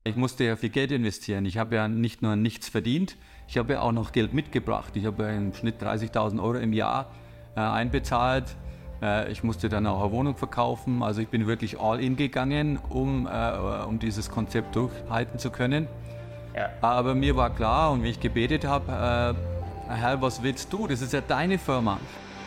Ich musste ja viel Geld investieren. Ich habe ja nicht nur nichts verdient, ich habe ja auch noch Geld mitgebracht. Ich habe ja im Schnitt 30.000 Euro im Jahr einbezahlt. Ich musste dann auch eine Wohnung verkaufen. Also ich bin wirklich all in gegangen, um dieses Konzept durchhalten zu können. Ja. Aber mir war klar, und wie ich gebetet habe, Herr, was willst du? Das ist ja deine Firma.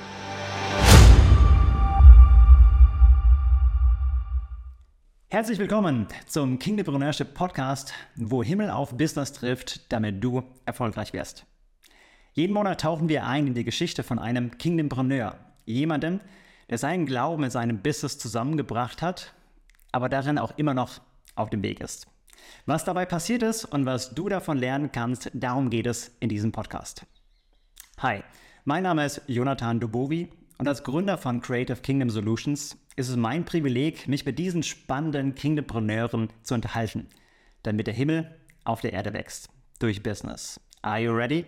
Herzlich willkommen zum Kingdompreneurship Podcast, wo Himmel auf Business trifft, damit du erfolgreich wirst. Jeden Monat tauchen wir ein in die Geschichte von einem Kingdompreneur, jemandem, der seinen Glauben mit seinem Business zusammengebracht hat, aber darin auch immer noch auf dem Weg ist. Was dabei passiert ist und was du davon lernen kannst, darum geht es in diesem Podcast. Hi, mein Name ist Jonathan Dubovi und als Gründer von Creative Kingdom Solutions ist es mein Privileg, mich mit diesen spannenden Kingdompreneuren zu unterhalten, damit der Himmel auf der Erde wächst, durch Business. Are you ready?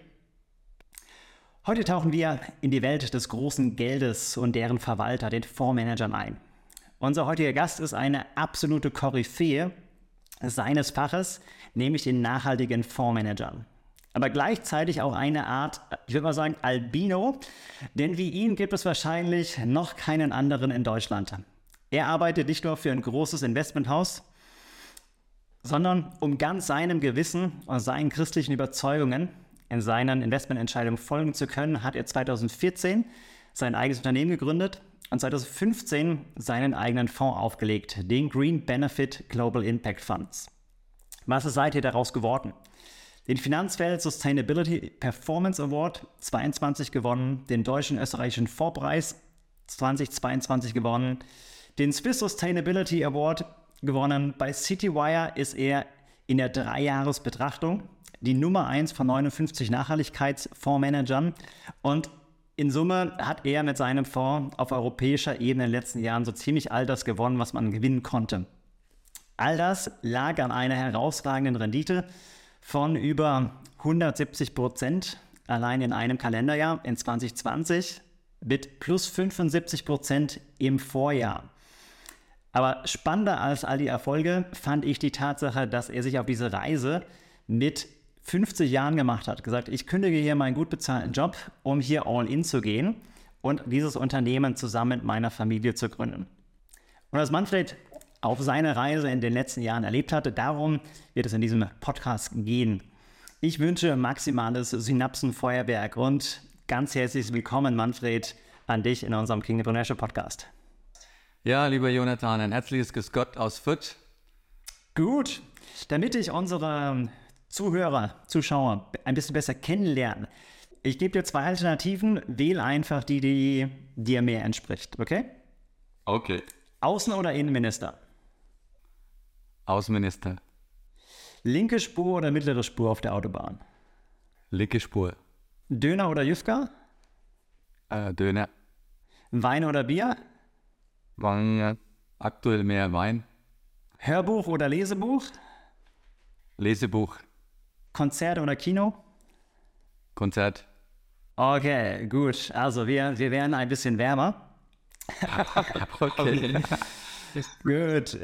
Heute tauchen wir in die Welt des großen Geldes und deren Verwalter, den Fondsmanagern, ein. Unser heutiger Gast ist eine absolute Koryphäe seines Faches, nämlich den nachhaltigen Fondsmanagern. Aber gleichzeitig auch eine Art, ich würde mal sagen, Albino, denn wie ihn gibt es wahrscheinlich noch keinen anderen in Deutschland. Er arbeitet nicht nur für ein großes Investmenthaus, sondern um ganz seinem Gewissen und seinen christlichen Überzeugungen in seinen Investmententscheidungen folgen zu können, hat er 2014 sein eigenes Unternehmen gegründet und 2015 seinen eigenen Fonds aufgelegt, den Green Benefit Global Impact Funds. Was ist seither daraus geworden? Den Finanzwelt Sustainability Performance Award 22 gewonnen, den deutschen österreichischen Fondspreis 2022 gewonnen, den Swiss Sustainability Award gewonnen. Bei Citywire ist er in der 3-Jahres-Betrachtung die Nummer 1 von 59 Nachhaltigkeitsfondsmanagern und in Summe hat er mit seinem Fonds auf europäischer Ebene in den letzten Jahren so ziemlich all das gewonnen, was man gewinnen konnte. All das lag an einer herausragenden Rendite von über 170% allein in einem Kalenderjahr in 2020 mit plus 75% im Vorjahr. Aber spannender als all die Erfolge fand ich die Tatsache, dass er sich auf diese Reise mit 50 Jahren gemacht hat. Gesagt, ich kündige hier meinen gut bezahlten Job, um hier all in zu gehen und dieses Unternehmen zusammen mit meiner Familie zu gründen. Und als Manfred auf seine Reise in den letzten Jahren erlebt hatte. Darum wird es in diesem Podcast gehen. Ich wünsche maximales Synapsenfeuerwerk und ganz herzlich willkommen, Manfred, an dich in unserem Kingdompreneurship Podcast. Ja, lieber Jonathan, ein herzliches Grüß Gott aus Fürth. Gut, damit ich unsere Zuschauer ein bisschen besser kennenlerne, ich gebe dir 2 Alternativen, wähl einfach die dir mehr entspricht, okay? Okay. Außen- oder Innenminister? Außenminister. Linke Spur oder mittlere Spur auf der Autobahn? Linke Spur. Döner oder Jufka? Döner. Wein oder Bier? Wein, aktuell mehr Wein. Hörbuch oder Lesebuch? Lesebuch. Konzert oder Kino? Konzert. Okay, gut. Also wir werden ein bisschen wärmer. Okay. Gut.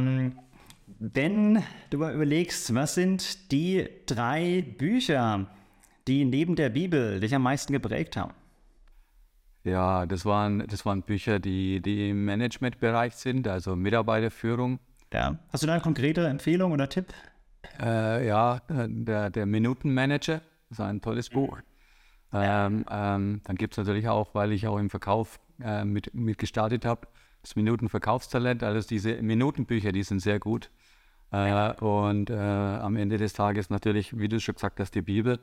Wenn du mal überlegst, was sind die 3 Bücher, die neben der Bibel dich am meisten geprägt haben? Ja, das waren Bücher, die im Managementbereich sind, also Mitarbeiterführung. Ja. Hast du da eine konkrete Empfehlung oder Tipp? Der Minutenmanager, das ist ein tolles Buch. Dann gibt es natürlich auch, weil ich auch im Verkauf mit gestartet habe, das Minutenverkaufstalent. Also diese Minutenbücher, die sind sehr gut. Und am Ende des Tages natürlich, wie du schon gesagt hast, die Bibel.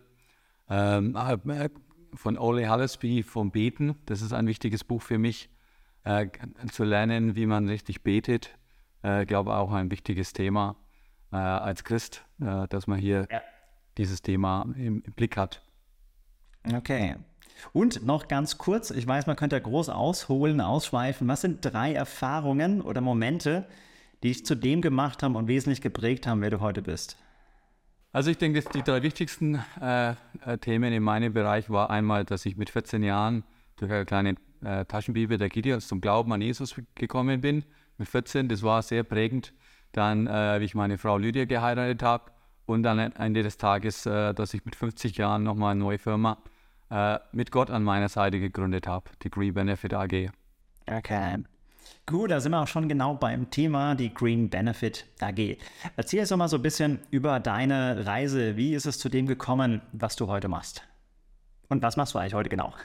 Von Ole Hallesby vom Beten, das ist ein wichtiges Buch für mich, zu lernen, wie man richtig betet. Ich glaube auch ein wichtiges Thema als Christ, dass man hier dieses Thema im Blick hat. Okay. Und noch ganz kurz, ich weiß, man könnte groß ausschweifen. Was sind 3 Erfahrungen oder Momente, die dich zu dem gemacht haben und wesentlich geprägt haben, wer du heute bist? Also ich denke, dass die 3 wichtigsten Themen in meinem Bereich war einmal, dass ich mit 14 Jahren durch eine kleine Taschenbibel der Gideons zum Glauben an Jesus gekommen bin. Mit 14, das war sehr prägend. dann wie ich meine Frau Lydia geheiratet habe und dann am Ende des Tages, dass ich mit 50 Jahren nochmal eine neue Firma mit Gott an meiner Seite gegründet habe, die Green Benefit AG. Okay. Gut, da sind wir auch schon genau beim Thema, die Green Benefit AG. Erzähl uns doch mal so ein bisschen über deine Reise. Wie ist es zu dem gekommen, was du heute machst? Und was machst du eigentlich heute genau?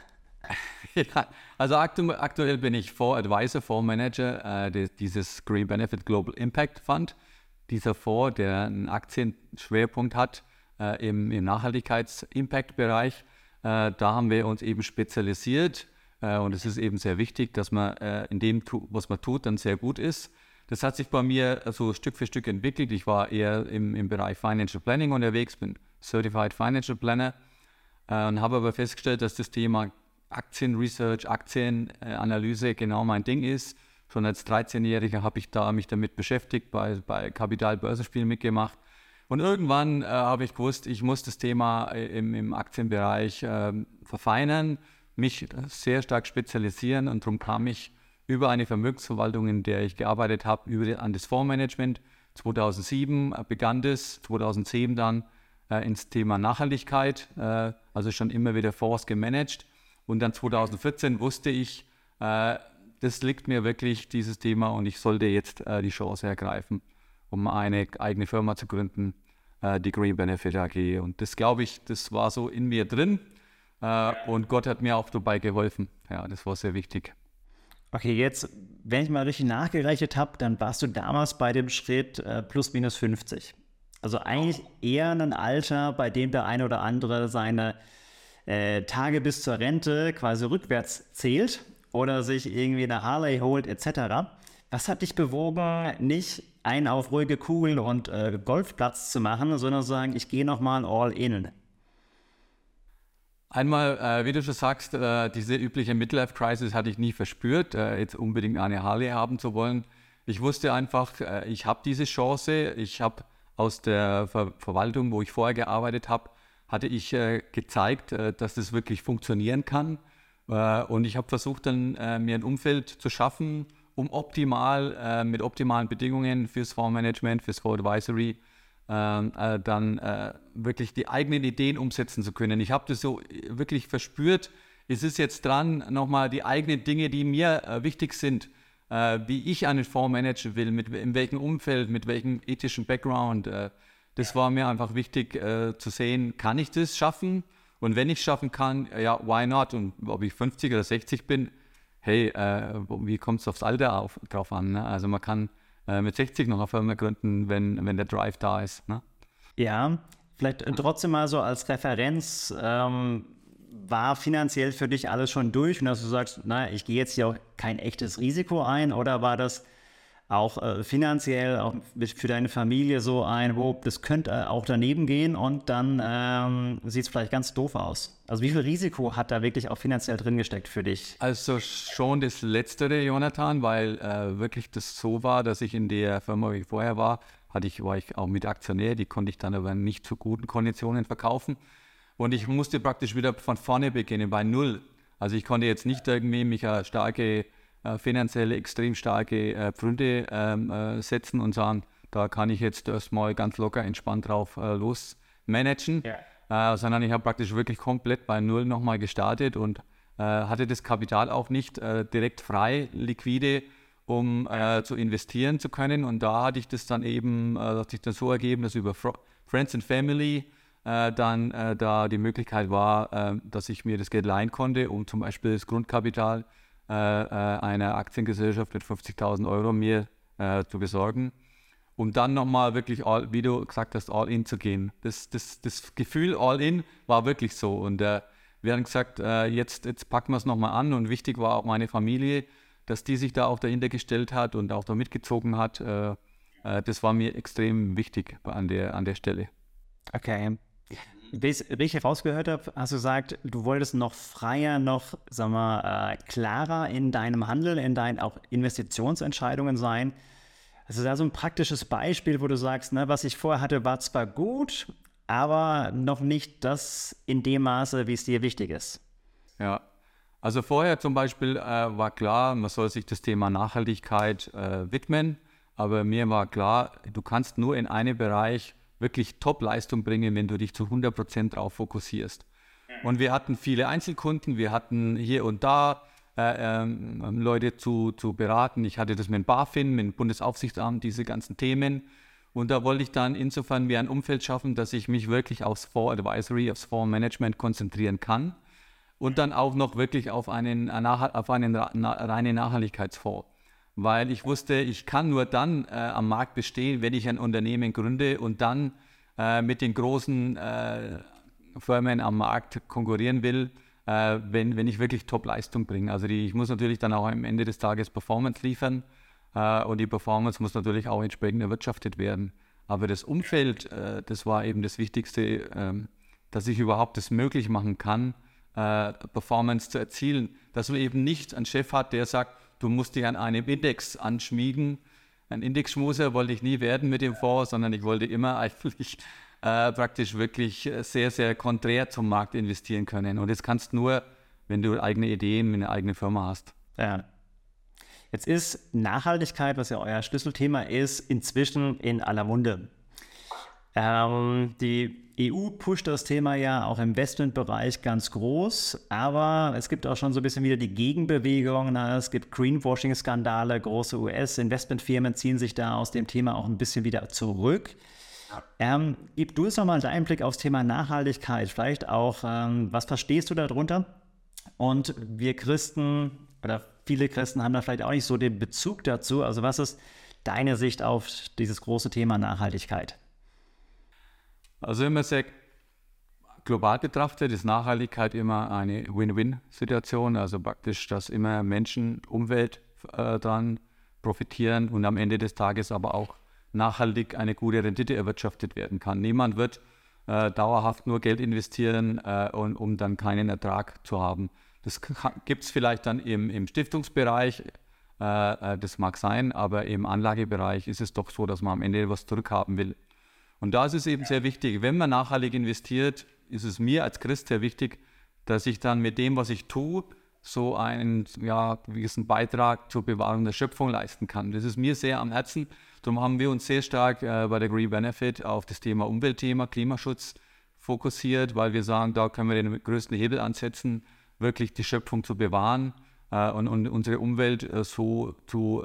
Ja, also aktuell bin ich Fonds-Advisor, Fondsmanager dieses Green Benefit Global Impact Fund. Dieser Fonds, der einen Aktienschwerpunkt hat im Nachhaltigkeits-Impact-Bereich. Da haben wir uns eben spezialisiert und es ist eben sehr wichtig, dass man in dem, was man tut, dann sehr gut ist. Das hat sich bei mir so Stück für Stück entwickelt. Ich war eher im Bereich Financial Planning unterwegs, bin Certified Financial Planner und habe aber festgestellt, dass das Thema Aktienresearch, Aktienanalyse genau mein Ding ist. Schon als 13-Jähriger habe ich mich damit beschäftigt, bei Kapital-Börsenspielen mitgemacht. Und irgendwann habe ich gewusst, ich muss das Thema im Aktienbereich verfeinern, mich sehr stark spezialisieren und darum kam ich über eine Vermögensverwaltung, in der ich gearbeitet habe, an das Fondsmanagement. 2007 begann das, 2010 dann ins Thema Nachhaltigkeit, also schon immer wieder Fonds gemanagt. Und dann 2014 wusste ich, das liegt mir wirklich, dieses Thema, und ich sollte jetzt die Chance ergreifen, um eine eigene Firma zu gründen, die Green Benefit AG. Und das, glaube ich, das war so in mir drin und Gott hat mir auch dabei geholfen. Ja, das war sehr wichtig. Okay, jetzt, wenn ich mal richtig nachgerechnet habe, dann warst du damals bei dem Schritt plus minus 50. Also eigentlich eher ein Alter, bei dem der eine oder andere seine Tage bis zur Rente quasi rückwärts zählt oder sich irgendwie eine Harley holt etc. Was hat dich bewogen, nicht einen auf ruhige Kugeln und Golfplatz zu machen, sondern zu sagen, ich gehe nochmal all in? Einmal, wie du schon sagst, diese übliche Midlife-Crisis hatte ich nie verspürt, jetzt unbedingt eine Harley haben zu wollen. Ich wusste einfach, ich habe diese Chance. Ich habe aus der Verwaltung, wo ich vorher gearbeitet habe, hatte ich gezeigt, dass das wirklich funktionieren kann. Und ich habe versucht, dann mir ein Umfeld zu schaffen, um mit optimalen Bedingungen fürs Fondsmanagement, fürs Fonds-Advisory, dann wirklich die eigenen Ideen umsetzen zu können. Ich habe das so wirklich verspürt. Es ist jetzt dran, nochmal die eigenen Dinge, die mir wichtig sind, wie ich einen Fonds managen will, in welchem Umfeld, mit welchem ethischen Background. Das war mir einfach wichtig zu sehen, kann ich das schaffen? Und wenn ich es schaffen kann, ja, why not? Und ob ich 50 oder 60 bin, hey, wie kommt es aufs Alter drauf an? Ne? Also man kann mit 60 noch eine Firma gründen, wenn der Drive da ist. Ne? Ja, vielleicht trotzdem mal so als Referenz, war finanziell für dich alles schon durch und dass du sagst, na, ich gehe jetzt hier auch kein echtes Risiko ein, oder war das auch finanziell, auch für deine Familie so das könnte auch daneben gehen und dann sieht es vielleicht ganz doof aus. Also wie viel Risiko hat da wirklich auch finanziell drin gesteckt für dich? Also schon das Letztere, Jonathan, weil wirklich das so war, dass ich in der Firma, wie ich vorher war ich auch mit Aktionär, die konnte ich dann aber nicht zu guten Konditionen verkaufen. Und ich musste praktisch wieder von vorne beginnen, bei Null. Also ich konnte jetzt nicht irgendwie mich finanziell extrem starke Pfründe setzen und sagen, da kann ich jetzt erstmal ganz locker entspannt drauf losmanagen, sondern ich habe praktisch wirklich komplett bei Null nochmal gestartet und hatte das Kapital auch nicht direkt frei, liquide, um zu investieren zu können. Und da hatte ich das dann eben, hat sich dann so ergeben, dass über Friends and Family dann da die Möglichkeit war, dass ich mir das Geld leihen konnte, um zum Beispiel das Grundkapital einer Aktiengesellschaft mit 50.000 Euro mir zu besorgen, um dann nochmal wirklich, wie du gesagt hast, all in zu gehen. Das Gefühl all in war wirklich so. Und wir haben gesagt, jetzt packen wir es nochmal an. Und wichtig war auch meine Familie, dass die sich da auch dahinter gestellt hat und auch da mitgezogen hat. Das war mir extrem wichtig an der Stelle. Okay. Wie ich es richtig rausgehört habe, hast du gesagt, du wolltest noch freier, noch, sag mal, klarer in deinem Handeln, in deinen auch Investitionsentscheidungen sein. Also da so ein praktisches Beispiel, wo du sagst, ne, was ich vorher hatte, war zwar gut, aber noch nicht das in dem Maße, wie es dir wichtig ist. Ja, also vorher zum Beispiel war klar, man soll sich das Thema Nachhaltigkeit widmen. aber mir war klar, du kannst nur in einem Bereich wirklich Top-Leistung bringen, wenn du dich zu 100% drauf fokussierst. Und wir hatten viele Einzelkunden, wir hatten hier und da Leute zu beraten. Ich hatte das mit dem BaFin, mit dem Bundesaufsichtsamt, diese ganzen Themen. Und da wollte ich dann insofern mir ein Umfeld schaffen, dass ich mich wirklich aufs Fonds Advisory, aufs Fonds Management konzentrieren kann und dann auch noch wirklich auf einen reinen Nachhaltigkeitsfonds. Weil ich wusste, ich kann nur dann am Markt bestehen, wenn ich ein Unternehmen gründe und dann mit den großen Firmen am Markt konkurrieren will, wenn ich wirklich Top-Leistung bringe. Also ich muss natürlich dann auch am Ende des Tages Performance liefern und die Performance muss natürlich auch entsprechend erwirtschaftet werden. Aber das Umfeld, das war eben das Wichtigste, dass ich überhaupt das möglich machen kann, Performance zu erzielen. Dass man eben nicht einen Chef hat, der sagt, du musst dich an einem Index anschmiegen. Ein Indexschmuser wollte ich nie werden mit dem Fonds, sondern ich wollte immer eigentlich praktisch wirklich sehr, sehr konträr zum Markt investieren können. Und das kannst du nur, wenn du eigene Ideen, eine eigene Firma hast. Ja. Jetzt ist Nachhaltigkeit, was ja euer Schlüsselthema ist, inzwischen in aller Munde. Die EU pusht das Thema ja auch im Investmentbereich ganz groß, aber es gibt auch schon so ein bisschen wieder die Gegenbewegung. Es gibt Greenwashing-Skandale, große US-Investmentfirmen ziehen sich da aus dem Thema auch ein bisschen wieder zurück. Gib du uns noch mal deinen Blick aufs Thema Nachhaltigkeit, vielleicht auch, was verstehst du darunter? Und wir Christen oder viele Christen haben da vielleicht auch nicht so den Bezug dazu. Also was ist deine Sicht auf dieses große Thema Nachhaltigkeit? Also wenn man sehr global betrachtet, ist Nachhaltigkeit immer eine Win-Win-Situation. Also praktisch, dass immer Menschen, Umwelt dran profitieren und am Ende des Tages aber auch nachhaltig eine gute Rendite erwirtschaftet werden kann. Niemand wird dauerhaft nur Geld investieren, um dann keinen Ertrag zu haben. Das gibt es vielleicht dann im Stiftungsbereich, das mag sein, aber im Anlagebereich ist es doch so, dass man am Ende was zurückhaben will. Und da ist es eben sehr wichtig, wenn man nachhaltig investiert, ist es mir als Christ sehr wichtig, dass ich dann mit dem, was ich tue, so einen gewissen Beitrag zur Bewahrung der Schöpfung leisten kann. Das ist mir sehr am Herzen. Darum haben wir uns sehr stark bei der Green Benefit auf das Thema Umweltthema, Klimaschutz fokussiert, weil wir sagen, da können wir den größten Hebel ansetzen, wirklich die Schöpfung zu bewahren und unsere Umwelt so zu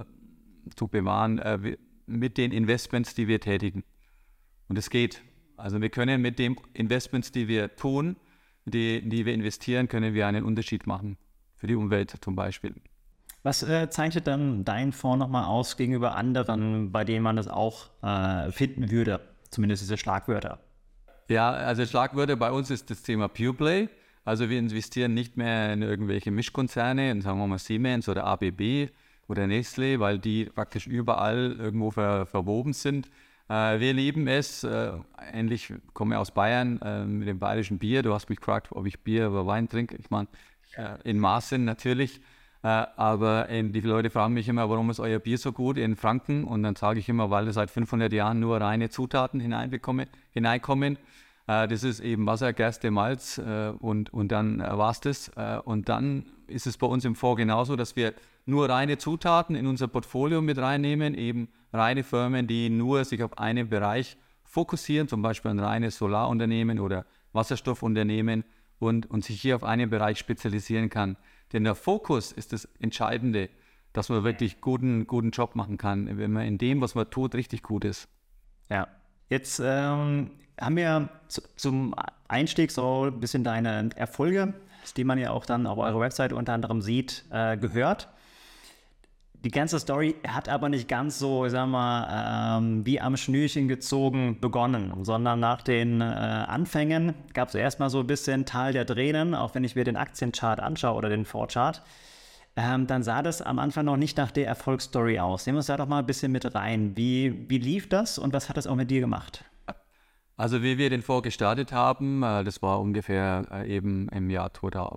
bewahren mit den Investments, die wir tätigen. Und es geht. Also wir können mit den Investments, die wir tun, die wir investieren, können wir einen Unterschied machen. Für die Umwelt zum Beispiel. Was zeichnet dann dein Fonds nochmal aus gegenüber anderen, bei denen man das auch finden würde? Zumindest diese Schlagwörter. Ja, also Schlagwörter bei uns ist das Thema Pure Play. Also wir investieren nicht mehr in irgendwelche Mischkonzerne, sagen wir mal Siemens oder ABB oder Nestlé, weil die praktisch überall irgendwo verwoben sind. Wir lieben es, ähnlich komme aus Bayern mit dem bayerischen Bier. Du hast mich gefragt, ob ich Bier oder Wein trinke. Ich meine, in Maßen natürlich. Aber die Leute fragen mich immer, warum ist euer Bier so gut in Franken? Und dann sage ich immer, weil seit 500 Jahren nur reine Zutaten hineinkommen. Das ist eben Wasser, Gerste, Malz und dann war es das. Und dann ist es bei uns im Fonds genauso, dass wir nur reine Zutaten in unser Portfolio mit reinnehmen, eben reine Firmen, die nur sich auf einen Bereich fokussieren, zum Beispiel ein reines Solarunternehmen oder Wasserstoffunternehmen und sich hier auf einen Bereich spezialisieren kann. Denn der Fokus ist das Entscheidende, dass man wirklich guten Job machen kann, wenn man in dem, was man tut, richtig gut ist. Ja, jetzt haben wir zum Einstieg so ein bisschen deine Erfolge, die man ja auch dann auf eurer Website unter anderem sieht, gehört. Die ganze Story hat aber nicht ganz so, ich sag mal, wie am Schnürchen gezogen begonnen, sondern nach den Anfängen gab es erstmal so ein bisschen Tal der Tränen, auch wenn ich mir den Aktienchart anschaue oder den Fondschart, dann sah das am Anfang noch nicht nach der Erfolgsstory aus. Nehmen wir uns da doch mal ein bisschen mit rein. Wie lief das und was hat das auch mit dir gemacht? Also wie wir den Fonds gestartet haben, das war ungefähr eben im Jahr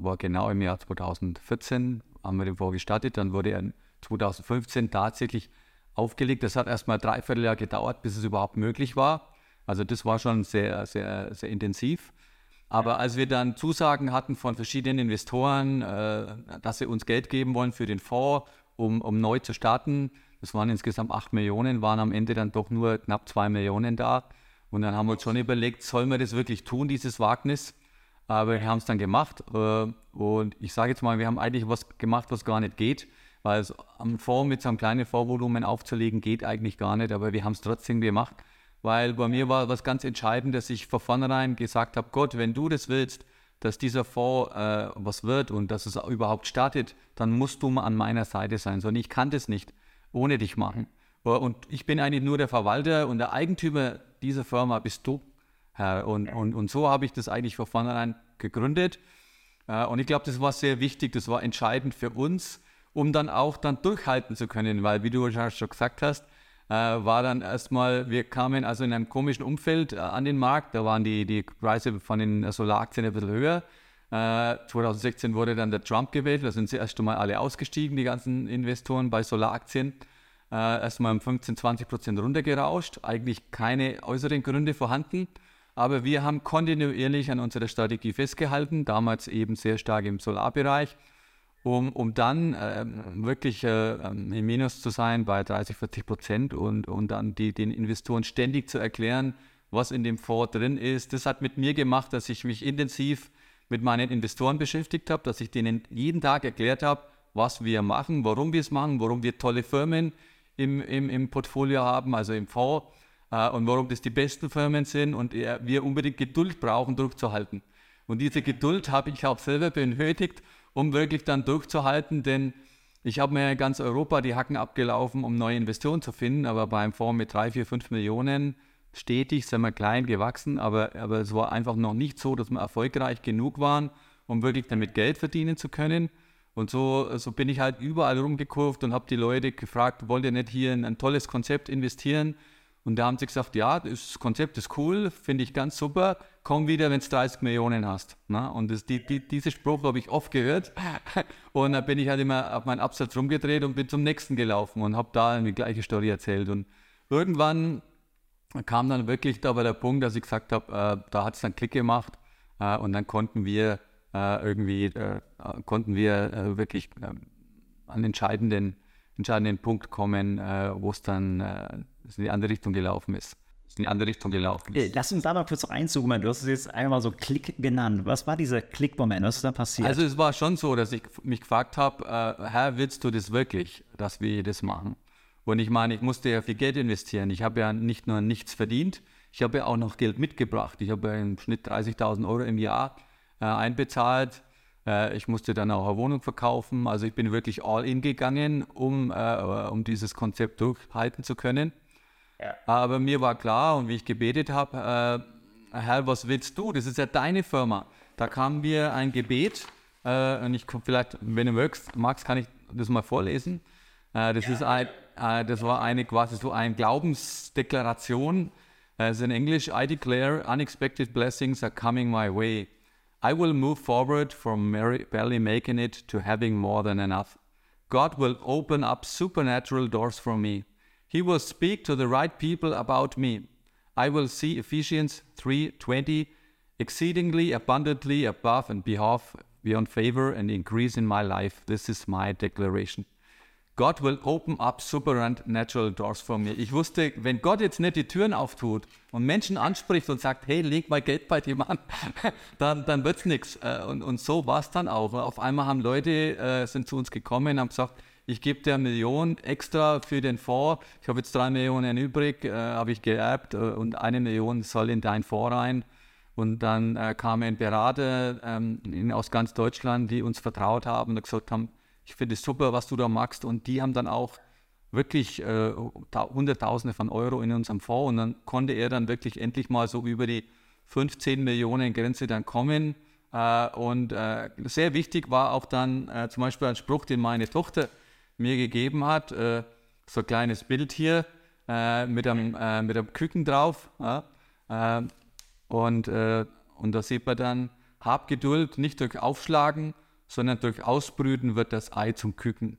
2014, haben wir den Fonds gestartet, dann wurde er 2015 tatsächlich aufgelegt. Das hat erstmal 3/4 Jahr gedauert, bis es überhaupt möglich war. Also das war schon sehr, sehr, sehr intensiv. Aber als wir dann Zusagen hatten von verschiedenen Investoren, dass sie uns Geld geben wollen für den Fonds, um neu zu starten, Es waren insgesamt 8 Millionen, waren am Ende dann doch nur knapp 2 Millionen da. Und dann haben wir uns schon überlegt, sollen wir das wirklich tun, dieses Wagnis? Aber wir haben es dann gemacht. Und ich sage jetzt mal, wir haben eigentlich was gemacht, was gar nicht geht. Weil es am Fonds mit so einem kleinen Fondsvolumen aufzulegen, geht eigentlich gar nicht. Aber wir haben es trotzdem gemacht. Weil bei mir war was ganz entscheidend, dass ich von vornherein gesagt habe, Gott, wenn du das willst, dass dieser Fonds was wird und dass es überhaupt startet, dann musst du mal an meiner Seite sein. Sondern ich kann das nicht ohne dich machen. Und ich bin eigentlich nur der Verwalter und der Eigentümer dieser Firma bist du, Herr. Und so habe ich das eigentlich von vornherein gegründet. Und ich glaube, das war sehr wichtig, das war entscheidend für uns, um dann auch durchhalten zu können. Weil, wie du schon gesagt hast, war dann erstmal, wir kamen also in einem komischen Umfeld an den Markt. Da waren die Preise von den Solaraktien ein bisschen höher. 2016 wurde dann der Trump gewählt. Da sind sie erst einmal alle ausgestiegen, die ganzen Investoren bei Solaraktien. Erstmal um 15-20% runtergerauscht. Eigentlich keine äußeren Gründe vorhanden. Aber wir haben kontinuierlich an unserer Strategie festgehalten, damals eben sehr stark im Solarbereich, um dann wirklich im Minus zu sein bei 30-40% und dann den Investoren ständig zu erklären, was in dem Fonds drin ist. Das hat mit mir gemacht, dass ich mich intensiv mit meinen Investoren beschäftigt habe, dass ich denen jeden Tag erklärt habe, was wir machen, warum wir es machen, warum wir tolle Firmen im Portfolio haben, also im Fonds, und warum das die besten Firmen sind und wir unbedingt Geduld brauchen, durchzuhalten. Und diese Geduld habe ich auch selber benötigt, um wirklich dann durchzuhalten, denn ich habe mir in ganz Europa die Hacken abgelaufen, um neue Investoren zu finden, aber beim Fonds mit 3, 4, 5 Millionen stetig, sind wir klein gewachsen, aber es war einfach noch nicht so, dass wir erfolgreich genug waren, um wirklich damit Geld verdienen zu können. Und so bin ich halt überall rumgekurvt und habe die Leute gefragt, wollt ihr nicht hier in ein tolles Konzept investieren? Und da haben sie gesagt, ja, das Konzept ist cool, finde ich ganz super, komm wieder, wenn du 30 Millionen hast. Na? Und diesen Spruch habe ich oft gehört. Und dann bin ich halt immer auf meinen Absatz rumgedreht und bin zum nächsten gelaufen und habe da die gleiche Story erzählt. Und irgendwann kam dann wirklich aber der Punkt, dass ich gesagt habe, da hat es dann Klick gemacht und dann konnten wir wirklich an entscheidenden Punkt kommen, wo es dann in die andere Richtung gelaufen ist. Lass uns da mal kurz noch einzoomen. Du hast es jetzt einmal so Klick genannt. Was war dieser Klick-Moment? Was ist da passiert? Also es war schon so, dass ich mich gefragt habe, Herr, willst du das wirklich, dass wir das machen? Und ich meine, ich musste ja viel Geld investieren. Ich habe ja nicht nur nichts verdient, ich habe ja auch noch Geld mitgebracht. Ich habe ja im Schnitt 30.000 Euro im Jahr einbezahlt. Ich musste dann auch eine Wohnung verkaufen. Also ich bin wirklich all in gegangen, um dieses Konzept durchhalten zu können. Ja. Aber mir war klar, und wie ich gebetet habe, Herr, was willst du? Das ist ja deine Firma. Da kam mir ein Gebet, und ich vielleicht, wenn du magst, kann ich das mal vorlesen. Das war quasi so eine Glaubensdeklaration. Also in Englisch, I declare unexpected blessings are coming my way. I will move forward from barely making it to having more than enough. God will open up supernatural doors for me. He will speak to the right people about me. I will see Ephesians 3:20, exceedingly abundantly above and beyond favor and increase in my life. This is my declaration. God will open up supernatural doors for me. Ich wusste, wenn Gott jetzt nicht die Türen auftut und Menschen anspricht und sagt, hey, leg mal Geld bei dem an, dann wird's nichts. Und so war es dann auch. Auf einmal haben Leute sind zu uns gekommen und haben gesagt, ich gebe dir 1 Million extra für den Fonds. Ich habe jetzt 3 Millionen übrig, habe ich geerbt und 1 Million soll in deinen Fonds rein. Und dann kamen Berater aus ganz Deutschland, die uns vertraut haben und gesagt haben, ich finde es super, was du da machst. Und die haben dann auch wirklich Hunderttausende von Euro in unserem Fonds. Und dann konnte er dann wirklich endlich mal so über die 15 Millionen Grenze dann kommen. Und sehr wichtig war auch dann zum Beispiel ein Spruch, den meine Tochter mir gegeben hat. So ein kleines Bild hier mit einem Küken drauf. Und da sieht man dann, hab Geduld, nicht durch Aufschlagen, sondern durch Ausbrüten wird das Ei zum Küken.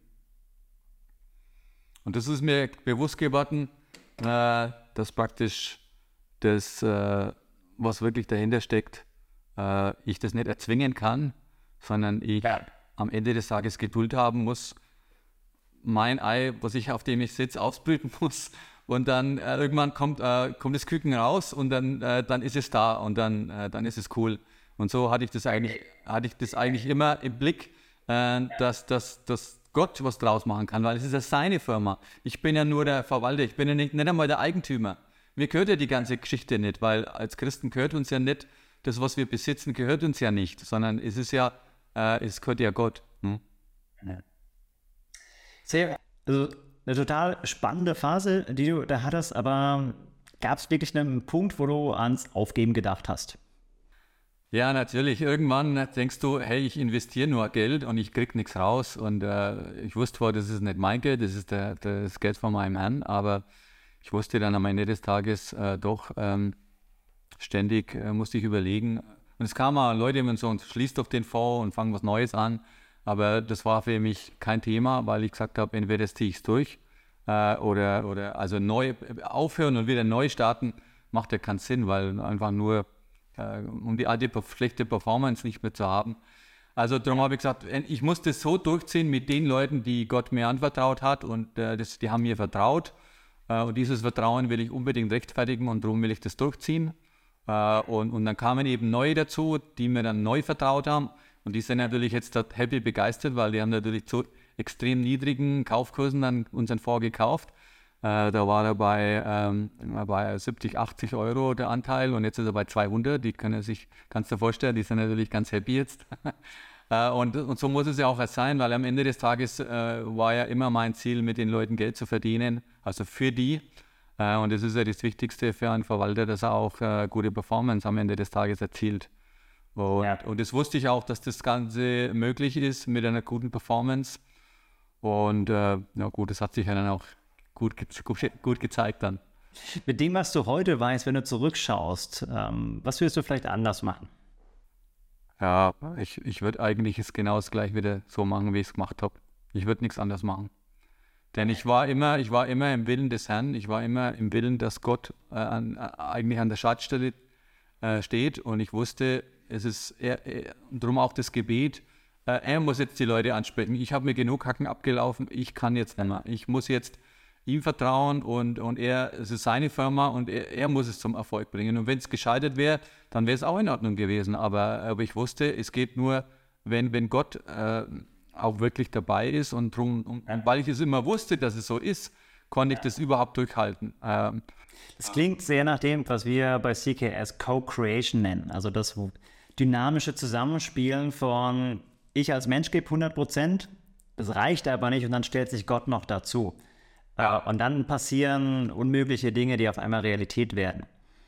Und das ist mir bewusst geworden, dass praktisch das, was wirklich dahinter steckt, ich das nicht erzwingen kann, sondern ich am Ende des Tages Geduld haben muss, mein Ei, auf dem ich sitze, ausbrüten muss. Und dann irgendwann kommt das Küken raus und dann ist es da und dann ist es cool. Und so hatte ich das eigentlich immer im Blick, dass Gott was draus machen kann, weil es ist ja seine Firma. Ich bin ja nur der Verwalter, ich bin ja nicht einmal der Eigentümer. Mir gehört ja die ganze Geschichte nicht, weil als Christen gehört uns ja nicht, das, was wir besitzen, gehört uns ja nicht, sondern es gehört ja Gott. Ja. Also eine total spannende Phase, die du da hattest, aber gab es wirklich einen Punkt, wo du ans Aufgeben gedacht hast? Ja, natürlich. Irgendwann denkst du, hey, ich investiere nur Geld und ich krieg nichts raus. Und ich wusste zwar, das ist nicht mein Geld, das ist das Geld von meinem Herrn, aber ich wusste dann am Ende des Tages doch ständig, musste ich überlegen. Und es kamen auch Leute, die so, schließt doch den Fonds und fang was Neues an. Aber das war für mich kein Thema, weil ich gesagt habe, entweder ziehe ich es durch oder also neu aufhören und wieder neu starten, macht ja keinen Sinn, weil einfach nur um die alte schlechte Performance nicht mehr zu haben. Also darum habe ich gesagt, ich muss das so durchziehen mit den Leuten, die Gott mir anvertraut hat und die haben mir vertraut. Und dieses Vertrauen will ich unbedingt rechtfertigen und darum will ich das durchziehen. Und dann kamen eben neue dazu, die mir dann neu vertraut haben. Und die sind natürlich jetzt happy begeistert, weil die haben natürlich zu extrem niedrigen Kaufkursen dann unseren Fonds gekauft. Da war er bei 70, 80 Euro der Anteil und jetzt ist er bei 200. Kannst du dir vorstellen, die sind natürlich ganz happy jetzt. Und so muss es ja auch sein, weil am Ende des Tages war ja immer mein Ziel, mit den Leuten Geld zu verdienen, also für die. Und das ist ja das Wichtigste für einen Verwalter, dass er auch gute Performance am Ende des Tages erzielt. Und das wusste ich auch, dass das Ganze möglich ist mit einer guten Performance. Und das hat sich ja dann auch gut gezeigt dann. Mit dem, was du heute weißt, wenn du zurückschaust, was würdest du vielleicht anders machen? Ja, ich würde eigentlich es genau das gleiche wieder so machen, wie ich es gemacht habe. Ich würde nichts anderes machen. Denn ich war immer im Willen des Herrn, ich war immer im Willen, dass Gott eigentlich an der Schaltstelle steht und ich wusste, es ist darum auch das Gebet, er muss jetzt die Leute ansprechen. Ich habe mir genug Hacken abgelaufen, ich kann jetzt nicht mehr. Ich muss jetzt ihm vertrauen und es ist seine Firma und er muss es zum Erfolg bringen. Und wenn es gescheitert wäre, dann wäre es auch in Ordnung gewesen. Aber ich wusste, es geht nur, wenn Gott auch wirklich dabei ist und weil ich es immer wusste, dass es so ist, konnte ich das überhaupt durchhalten. Das klingt sehr nach dem, was wir bei CKS Co-Creation nennen. Also das dynamische Zusammenspielen von ich als Mensch gebe 100%, das reicht aber nicht und dann stellt sich Gott noch dazu. Ja. Und dann passieren unmögliche Dinge, die auf einmal Realität werden.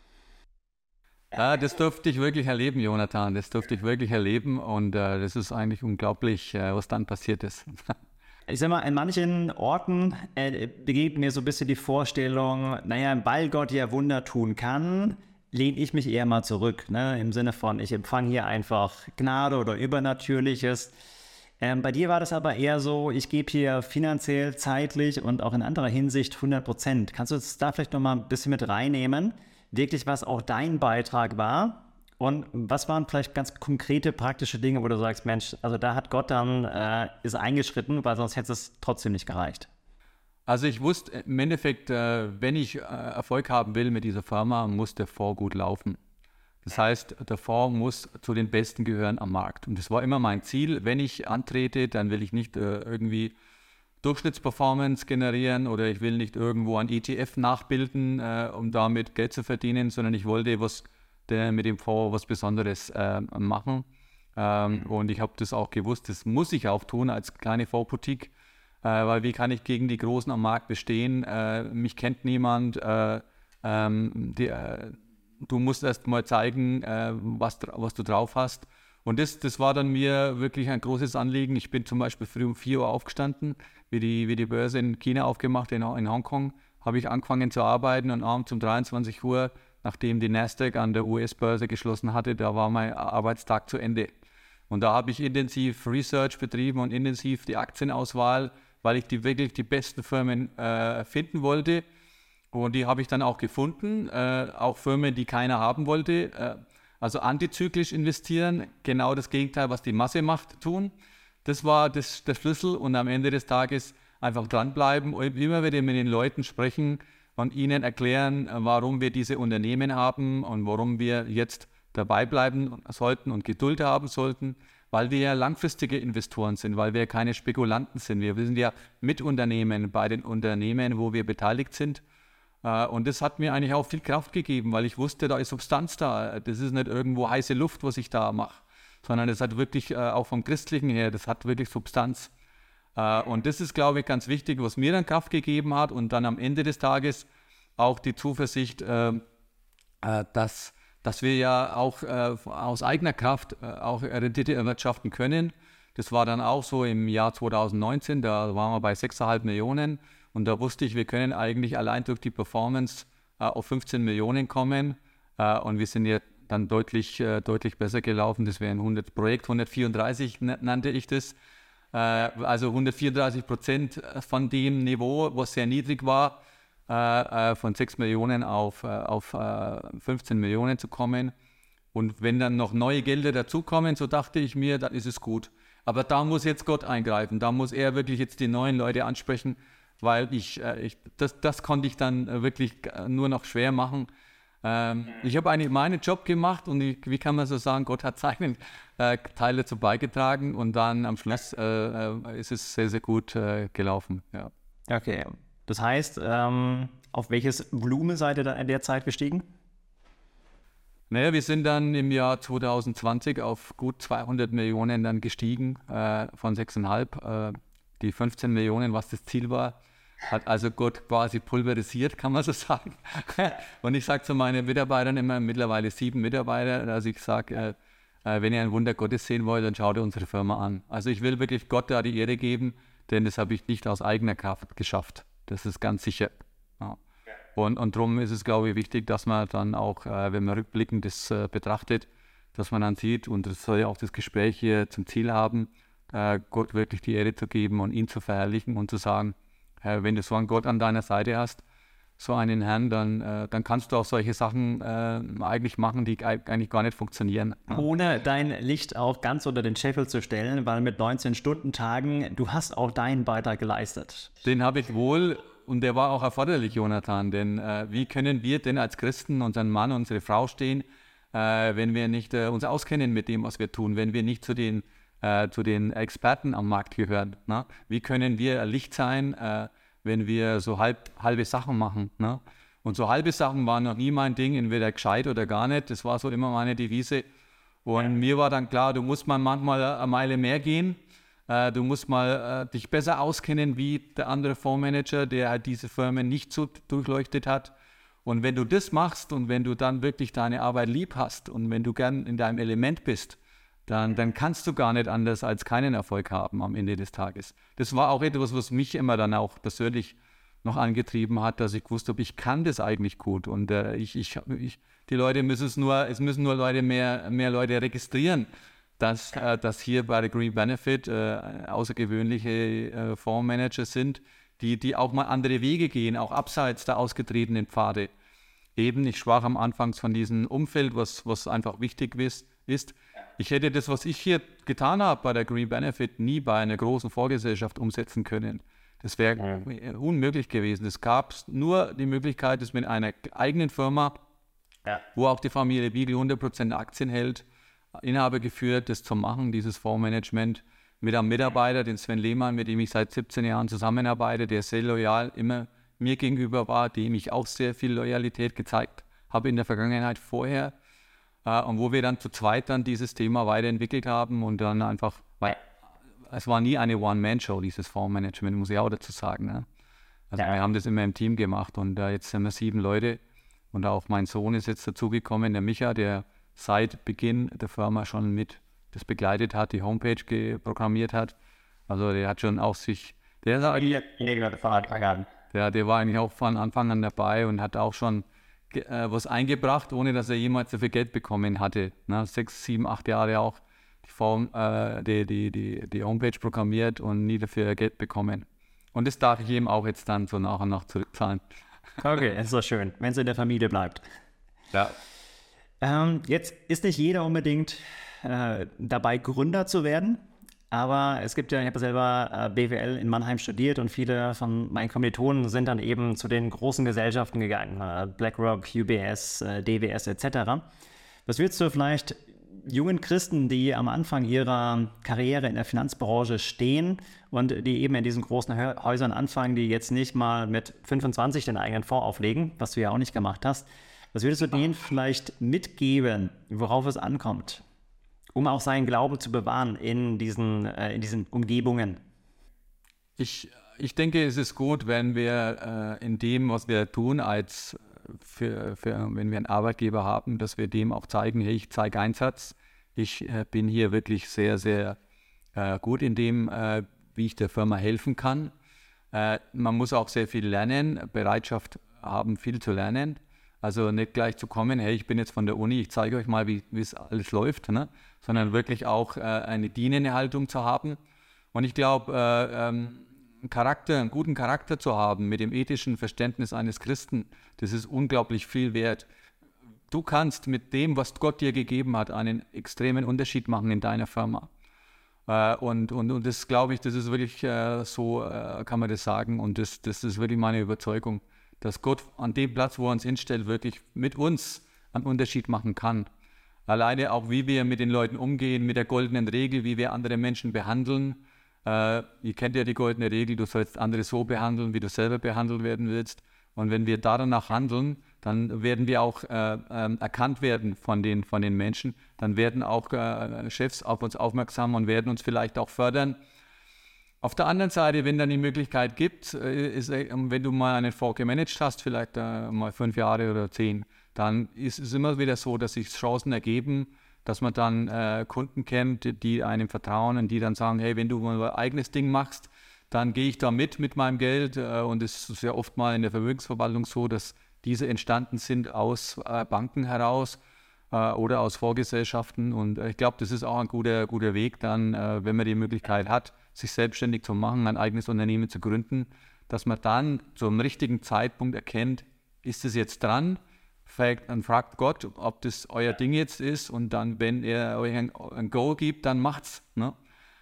Ja, das durfte ich wirklich erleben, Jonathan. Das durfte ich wirklich erleben und das ist eigentlich unglaublich, was dann passiert ist. Ich sag mal, an manchen Orten begegnet mir so ein bisschen die Vorstellung, naja, weil Gott ja Wunder tun kann, lehne ich mich eher mal zurück. Ne? Im Sinne von, ich empfange hier einfach Gnade oder Übernatürliches. Bei dir war das aber eher so, ich gebe hier finanziell, zeitlich und auch in anderer Hinsicht 100%. Kannst du uns da vielleicht nochmal ein bisschen mit reinnehmen? Wirklich, was auch dein Beitrag war? Und was waren vielleicht ganz konkrete, praktische Dinge, wo du sagst, Mensch, also da hat Gott dann ist eingeschritten, weil sonst hätte es trotzdem nicht gereicht. Also ich wusste im Endeffekt, wenn ich Erfolg haben will mit dieser Firma, muss der Fonds gut laufen. Das heißt, der Fonds muss zu den Besten gehören am Markt. Und das war immer mein Ziel. Wenn ich antrete, dann will ich nicht irgendwie Durchschnittsperformance generieren oder ich will nicht irgendwo ein ETF nachbilden, um damit Geld zu verdienen, sondern ich wollte mit dem Fonds was Besonderes machen. Und ich habe das auch gewusst, das muss ich auch tun als kleine Fondsboutique, weil wie kann ich gegen die Großen am Markt bestehen? Mich kennt niemand. Du musst erst mal zeigen, was du drauf hast. Und das war dann mir wirklich ein großes Anliegen. Ich bin zum Beispiel früh um 4 Uhr aufgestanden, wie die Börse in China aufgemacht, in Hongkong, habe ich angefangen zu arbeiten und abends um 23 Uhr, nachdem die Nasdaq an der US-Börse geschlossen hatte, da war mein Arbeitstag zu Ende. Und da habe ich intensiv Research betrieben und intensiv die Aktienauswahl, weil ich wirklich die besten Firmen finden wollte. Und die habe ich dann auch gefunden, auch Firmen, die keiner haben wollte. Also antizyklisch investieren, genau das Gegenteil, was die Masse macht, tun. Das war der Schlüssel und am Ende des Tages einfach dranbleiben und immer wieder mit den Leuten sprechen und ihnen erklären, warum wir diese Unternehmen haben und warum wir jetzt dabei bleiben sollten und Geduld haben sollten, weil wir ja langfristige Investoren sind, weil wir keine Spekulanten sind. Wir sind ja Mitunternehmen bei den Unternehmen, wo wir beteiligt sind. Und das hat mir eigentlich auch viel Kraft gegeben, weil ich wusste, da ist Substanz da. Das ist nicht irgendwo heiße Luft, was ich da mache, sondern das hat wirklich, auch vom Christlichen her, das hat wirklich Substanz. Und das ist, glaube ich, ganz wichtig, was mir dann Kraft gegeben hat und dann am Ende des Tages auch die Zuversicht, dass wir ja auch aus eigener Kraft auch Rendite erwirtschaften können. Das war dann auch so im Jahr 2019, da waren wir bei 6,5 Millionen und da wusste ich, wir können eigentlich allein durch die Performance auf 15 Millionen kommen und wir sind ja dann deutlich besser gelaufen. Das wäre ein Projekt 134, nannte ich das. Also 134% von dem Niveau, was sehr niedrig war, von 6 Millionen auf 15 Millionen zu kommen. Und wenn dann noch neue Gelder dazukommen, so dachte ich mir, dann ist es gut. Aber da muss jetzt Gott eingreifen, da muss er wirklich jetzt die neuen Leute ansprechen, weil das konnte ich dann wirklich nur noch schwer machen. Ich habe eigentlich meinen Job gemacht und wie kann man so sagen, Gott hat seinen Teil dazu beigetragen und dann am Schluss ist es sehr, sehr gut gelaufen. Ja. Okay, das heißt, auf welches Volumen seid ihr dann in der Zeit gestiegen? Naja, wir sind dann im Jahr 2020 auf gut 200 Millionen dann gestiegen, von 6,5. Die 15 Millionen, was das Ziel war, hat also Gott quasi pulverisiert, kann man so sagen. Und ich sage zu meinen Mitarbeitern immer, mittlerweile 7 Mitarbeiter, dass ich sage, wenn ihr ein Wunder Gottes sehen wollt, dann schaut ihr unsere Firma an. Also ich will wirklich Gott da die Ehre geben, denn das habe ich nicht aus eigener Kraft geschafft. Das ist ganz sicher. Ja. Und darum ist es, glaube ich, wichtig, dass man dann auch, wenn man rückblickend das betrachtet, dass man dann sieht, und das soll ja auch das Gespräch hier zum Ziel haben, Gott wirklich die Ehre zu geben und ihn zu verherrlichen und zu sagen, wenn du so einen Gott an deiner Seite hast, so einen Herrn, dann kannst du auch solche Sachen eigentlich machen, die eigentlich gar nicht funktionieren. Ohne dein Licht auch ganz unter den Scheffel zu stellen, weil mit 19-Stunden-Tagen, du hast auch deinen Beitrag geleistet. Den habe ich wohl und der war auch erforderlich, Jonathan, denn wie können wir denn als Christen unseren Mann, unsere Frau stehen, wenn wir nicht uns auskennen mit dem, was wir tun, wenn wir nicht zu den Experten am Markt gehören. Ne? Wie können wir Licht sein, wenn wir so halbe Sachen machen? Ne? Und so halbe Sachen waren noch nie mein Ding, entweder gescheit oder gar nicht. Das war so immer meine Devise. Und mir war dann klar, du musst mal manchmal eine Meile mehr gehen. Du musst mal dich besser auskennen wie der andere Fondsmanager, der halt diese Firmen nicht so durchleuchtet hat. Und wenn du das machst und wenn du dann wirklich deine Arbeit lieb hast und wenn du gern in deinem Element bist, dann kannst du gar nicht anders als keinen Erfolg haben am Ende des Tages. Das war auch etwas, was mich immer dann auch persönlich noch angetrieben hat, dass ich wusste, ich kann das eigentlich gut. Und die Leute es müssen nur Leute mehr Leute registrieren, dass hier bei der Green Benefit außergewöhnliche Fondsmanager sind, die auch mal andere Wege gehen, auch abseits der ausgetretenen Pfade. Eben, ich sprach am Anfang von diesem Umfeld, was einfach wichtig ist. Ich hätte das, was ich hier getan habe bei der Green Benefit, nie bei einer großen Vorgesellschaft umsetzen können. Das wäre unmöglich gewesen. Es gab nur die Möglichkeit, dass mit einer eigenen Firma, wo auch die Familie Biegel 100% Aktien hält, Inhaber geführt, das zu machen, dieses Fondsmanagement, mit einem Mitarbeiter, den Sven Lehmann, mit dem ich seit 17 Jahren zusammenarbeite, der sehr loyal immer mir gegenüber war, dem ich auch sehr viel Loyalität gezeigt habe in der Vergangenheit vorher. Und wo wir dann zu zweit dann dieses Thema weiterentwickelt haben und dann einfach, weil es war nie eine One-Man-Show, dieses Fondsmanagement, muss ich auch dazu sagen. Ne? Also wir haben das immer im Team gemacht und jetzt sind wir 7 Leute und auch mein Sohn ist jetzt dazugekommen, der Micha, der seit Beginn der Firma schon mit das begleitet hat, die Homepage programmiert hat. Also der hat schon auch der war eigentlich auch von Anfang an dabei und hat auch schon was eingebracht, ohne dass er jemals so viel Geld bekommen hatte. 6, 7, 8 Jahre auch die Homepage programmiert und nie dafür Geld bekommen. Und das darf ich ihm auch jetzt dann so nach und nach zurückzahlen. Okay, ist doch schön, wenn es in der Familie bleibt. Ja. Jetzt ist nicht jeder unbedingt dabei, Gründer zu werden, Aber es gibt ja, ich habe selber BWL in Mannheim studiert und viele von meinen Kommilitonen sind dann eben zu den großen Gesellschaften gegangen, BlackRock, UBS, DWS etc. Was würdest du vielleicht jungen Christen, die am Anfang ihrer Karriere in der Finanzbranche stehen und die eben in diesen großen Häusern anfangen, die jetzt nicht mal mit 25 den eigenen Fonds auflegen, was du ja auch nicht gemacht hast, was würdest du denen vielleicht mitgeben, worauf es ankommt, um auch seinen Glauben zu bewahren in diesen Umgebungen? Ich denke, es ist gut, wenn wir in dem, was wir tun, wenn wir einen Arbeitgeber haben, dass wir dem auch zeigen, hey, ich zeige Einsatz. Ich bin hier wirklich sehr, sehr gut in dem, wie ich der Firma helfen kann. Man muss auch sehr viel lernen, Bereitschaft haben, viel zu lernen. Also nicht gleich zu kommen, hey, ich bin jetzt von der Uni, ich zeige euch mal, wie es alles läuft, ne? Sondern wirklich auch eine dienende Haltung zu haben. Und ich glaube, einen guten Charakter zu haben mit dem ethischen Verständnis eines Christen, das ist unglaublich viel wert. Du kannst mit dem, was Gott dir gegeben hat, einen extremen Unterschied machen in deiner Firma. Und das glaube ich, das ist wirklich so, kann man das sagen. Und das ist wirklich meine Überzeugung, dass Gott an dem Platz, wo er uns hinstellt, wirklich mit uns einen Unterschied machen kann. Alleine auch, wie wir mit den Leuten umgehen, mit der goldenen Regel, wie wir andere Menschen behandeln. Ihr kennt ja die goldene Regel, du sollst andere so behandeln, wie du selber behandelt werden willst. Und wenn wir danach handeln, dann werden wir auch erkannt werden von den Menschen. Dann werden auch Chefs auf uns aufmerksam und werden uns vielleicht auch fördern. Auf der anderen Seite, wenn dann die Möglichkeit gibt, wenn du mal einen Fonds gemanagt hast, vielleicht mal 5 Jahre oder 10, dann ist es immer wieder so, dass sich Chancen ergeben, dass man dann Kunden kennt, die einem vertrauen und die dann sagen, hey, wenn du mal ein eigenes Ding machst, dann gehe ich da mit meinem Geld. Und es ist ja oft mal in der Vermögensverwaltung so, dass diese entstanden sind aus Banken heraus oder aus Vorgesellschaften. Und ich glaube, das ist auch ein guter Weg dann, wenn man die Möglichkeit hat, sich selbstständig zu machen, ein eigenes Unternehmen zu gründen, dass man dann zum richtigen Zeitpunkt erkennt, ist es jetzt dran? Dann fragt Gott, ob das euer Ding jetzt ist, und dann, wenn er euch ein Go gibt, dann macht's. Ne?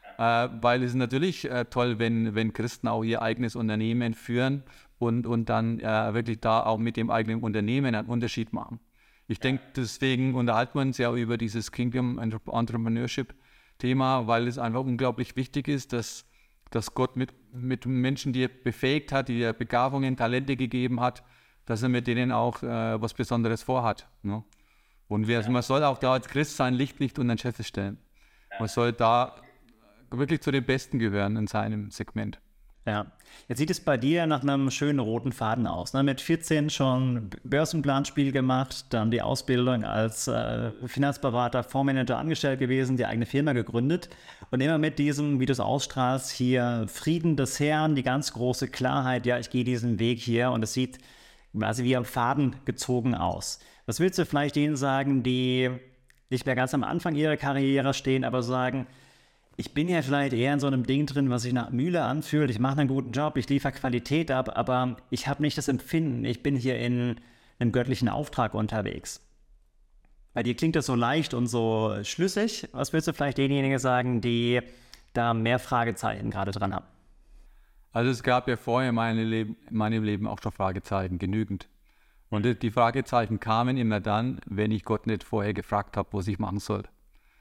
Weil es ist natürlich toll, wenn Christen auch ihr eigenes Unternehmen führen und dann wirklich da auch mit dem eigenen Unternehmen einen Unterschied machen. Ich denke, deswegen unterhalten wir uns ja über dieses Kingdom Entrepreneurship Thema, weil es einfach unglaublich wichtig ist, dass Gott mit Menschen, die er befähigt hat, die er Begabungen, Talente gegeben hat, dass er mit denen auch was Besonderes vorhat. Ne? Und man soll auch da als Christ sein Licht nicht unter den Scheffel stellen. Man soll da wirklich zu den Besten gehören in seinem Segment. Ja, jetzt sieht es bei dir nach einem schönen roten Faden aus. Ne? Mit 14 schon Börsenplanspiel gemacht, dann die Ausbildung als Finanzberater, Fondsmanager angestellt gewesen, die eigene Firma gegründet und immer mit diesem, wie du es ausstrahlst, hier Frieden des Herrn, die ganz große Klarheit, ja, ich gehe diesen Weg hier und es sieht quasi wie am Faden gezogen aus. Was willst du vielleicht denen sagen, die nicht mehr ganz am Anfang ihrer Karriere stehen, aber sagen, ich bin ja vielleicht eher in so einem Ding drin, was sich nach Mühle anfühlt, ich mache einen guten Job, ich liefere Qualität ab, aber ich habe nicht das Empfinden, ich bin hier in einem göttlichen Auftrag unterwegs. Bei dir klingt das so leicht und so schlüssig. Was willst du vielleicht denjenigen sagen, die da mehr Fragezeichen gerade dran haben? Also es gab ja vorher in meinem Leben auch schon Fragezeichen, genügend. Und die Fragezeichen kamen immer dann, wenn ich Gott nicht vorher gefragt habe, was ich machen soll.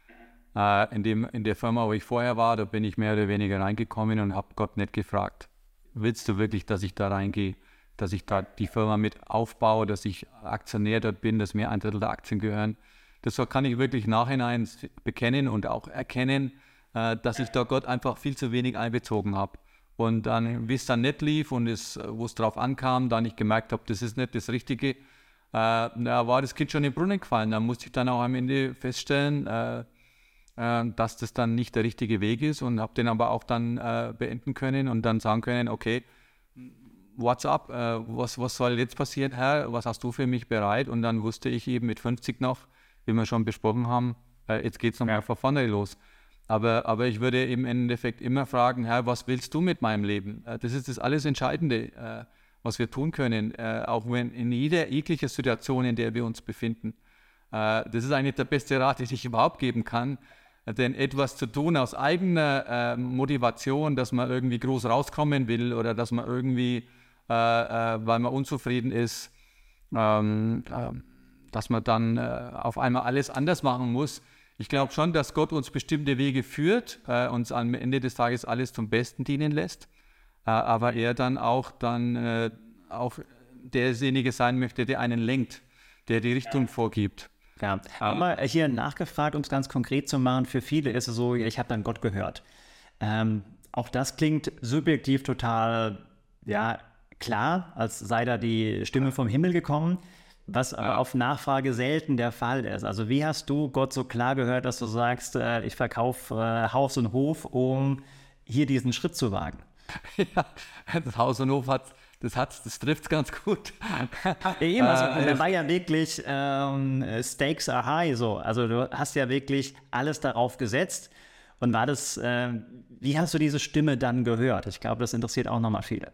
In der Firma, wo ich vorher war, da bin ich mehr oder weniger reingekommen und habe Gott nicht gefragt, willst du wirklich, dass ich da reingehe, dass ich da die Firma mit aufbaue, dass ich Aktionär dort bin, dass mir 1/3 der Aktien gehören. Das kann ich wirklich nachhinein bekennen und auch erkennen, dass ich da Gott einfach viel zu wenig einbezogen habe. Und dann, wie es dann nicht lief und wo es drauf ankam, dann ich gemerkt habe, das ist nicht das Richtige, da war das Kind schon in den Brunnen gefallen. Da musste ich dann auch am Ende feststellen, dass das dann nicht der richtige Weg ist, und habe den aber auch dann beenden können und dann sagen können, okay, what's up, was soll jetzt passieren, Herr, was hast du für mich bereit? Und dann wusste ich eben mit 50 noch, wie wir schon besprochen haben, jetzt geht es nochmal von vorne los. Aber ich würde im Endeffekt immer fragen, Herr, was willst du mit meinem Leben? Das ist das alles Entscheidende, was wir tun können, auch wenn in jeglicher Situation, in der wir uns befinden. Das ist eigentlich der beste Rat, den ich überhaupt geben kann. denn etwas zu tun aus eigener Motivation, dass man irgendwie groß rauskommen will oder dass man irgendwie, weil man unzufrieden ist, dass man dann auf einmal alles anders machen muss. Ich glaube schon, dass Gott uns bestimmte Wege führt, uns am Ende des Tages alles zum Besten dienen lässt, aber er dann auch derjenige sein möchte, der einen lenkt, der die Richtung vorgibt. Ja, aber hier nachgefragt, um es ganz konkret zu machen, für viele ist es so, ich habe dann Gott gehört. Auch das klingt subjektiv total, ja, klar, als sei da die Stimme vom Himmel gekommen, was aber auf Nachfrage selten der Fall ist. Also wie hast du Gott so klar gehört, dass du sagst, ich verkaufe Haus und Hof, um hier diesen Schritt zu wagen? Ja, das Haus und Hof das trifft es ganz gut. Eben, also, da war ja wirklich Stakes are high, so. Also du hast ja wirklich alles darauf gesetzt. Und war das, wie hast du diese Stimme dann gehört? Ich glaube, das interessiert auch nochmal viele.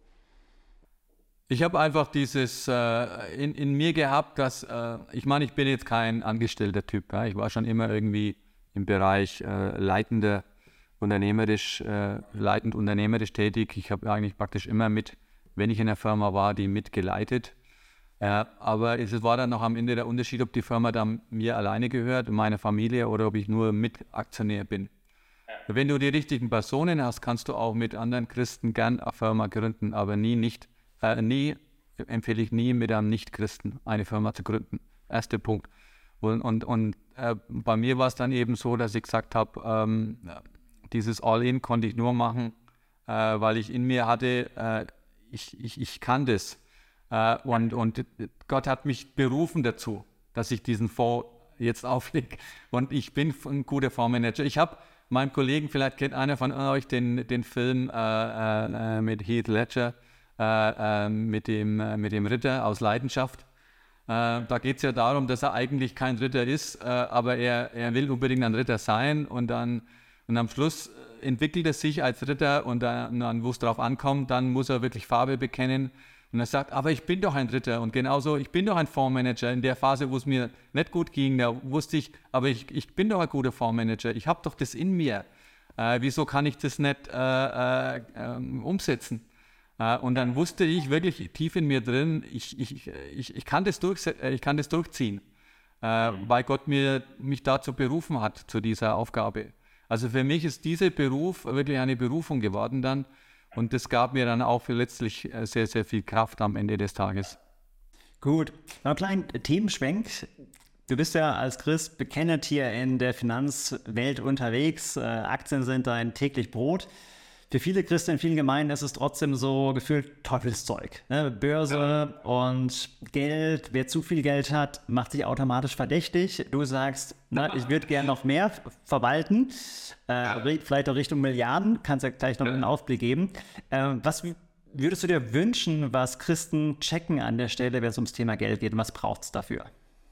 Ich habe einfach dieses in mir gehabt, dass, ich bin jetzt kein angestellter Typ. Ja? Ich war schon immer irgendwie im Bereich leitend unternehmerisch tätig. Ich habe eigentlich praktisch immer wenn ich in der Firma war, die mitgeleitet. Aber es war dann noch am Ende der Unterschied, ob die Firma dann mir alleine gehört, meiner Familie, oder ob ich nur Mitaktionär bin. Ja. Wenn du die richtigen Personen hast, kannst du auch mit anderen Christen gern eine Firma gründen, aber empfehle ich nie mit einem Nicht-Christen eine Firma zu gründen. Erster Punkt. Und bei mir war es dann eben so, dass ich gesagt habe, dieses All-In konnte ich nur machen, weil ich in mir hatte, ich kann das. Und Gott hat mich berufen dazu, dass ich diesen Fonds jetzt auflege. Und ich bin ein guter Fondsmanager. Ich habe meinem Kollegen, vielleicht kennt einer von euch den Film mit Heath Ledger, mit dem Ritter aus Leidenschaft. Da geht es ja darum, dass er eigentlich kein Ritter ist, aber er will unbedingt ein Ritter sein. Und am Schluss entwickelt er sich als Ritter und dann, wo es drauf ankommt, dann muss er wirklich Farbe bekennen. Und er sagt, aber ich bin doch ein Ritter und genauso, ich bin doch ein Fondsmanager. In der Phase, wo es mir nicht gut ging, da wusste ich, aber ich bin doch ein guter Fondsmanager. Ich habe doch das in mir. Wieso kann ich das nicht umsetzen? Und dann wusste ich wirklich tief in mir drin, ich kann das durchziehen, weil Gott mich dazu berufen hat, zu dieser Aufgabe. Also für mich ist dieser Beruf wirklich eine Berufung geworden dann und das gab mir dann auch letztlich sehr, sehr viel Kraft am Ende des Tages. Gut, noch ein kleiner Themenschwenk. Du bist ja als Christ bekennend hier in der Finanzwelt unterwegs. Aktien sind dein täglich Brot. Für viele Christen in vielen Gemeinden ist es trotzdem so gefühlt Teufelszeug. Ne? Börse und Geld, wer zu viel Geld hat, macht sich automatisch verdächtig. Du sagst, ich würde gerne noch mehr verwalten, vielleicht auch Richtung Milliarden, kannst ja gleich noch einen Ausblick geben. Was würdest du dir wünschen, was Christen checken an der Stelle, wenn es ums Thema Geld geht und was braucht es dafür?